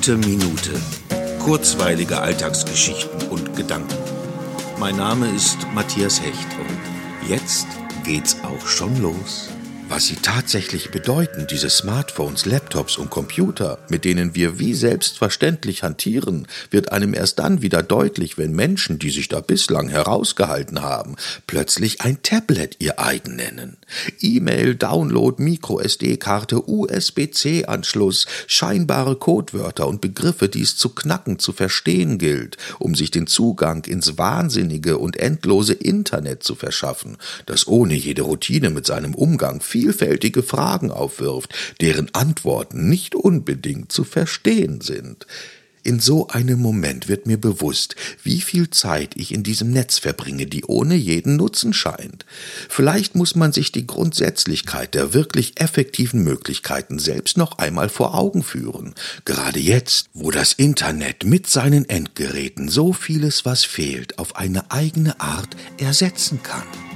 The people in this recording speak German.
Gute Minute. Kurzweilige Alltagsgeschichten und Gedanken. Mein Name ist Matthias Hecht und jetzt geht's auch schon los. Was sie tatsächlich bedeuten, diese Smartphones, Laptops und Computer, mit denen wir wie selbstverständlich hantieren, wird einem erst dann wieder deutlich, wenn Menschen, die sich da bislang herausgehalten haben, plötzlich ein Tablet ihr eigen nennen. E-Mail, Download, Micro-SD-Karte, USB-C-Anschluss, scheinbare Codewörter und Begriffe, die es zu knacken, zu verstehen gilt, um sich den Zugang ins wahnsinnige und endlose Internet zu verschaffen, das ohne jede Routine mit seinem Umgang vielfältige Fragen aufwirft, deren Antworten nicht unbedingt zu verstehen sind. In so einem Moment wird mir bewusst, wie viel Zeit ich in diesem Netz verbringe, die ohne jeden Nutzen scheint. Vielleicht muss man sich die Grundsätzlichkeit der wirklich effektiven Möglichkeiten selbst noch einmal vor Augen führen. Gerade jetzt, wo das Internet mit seinen Endgeräten so vieles, was fehlt, auf eine eigene Art ersetzen kann.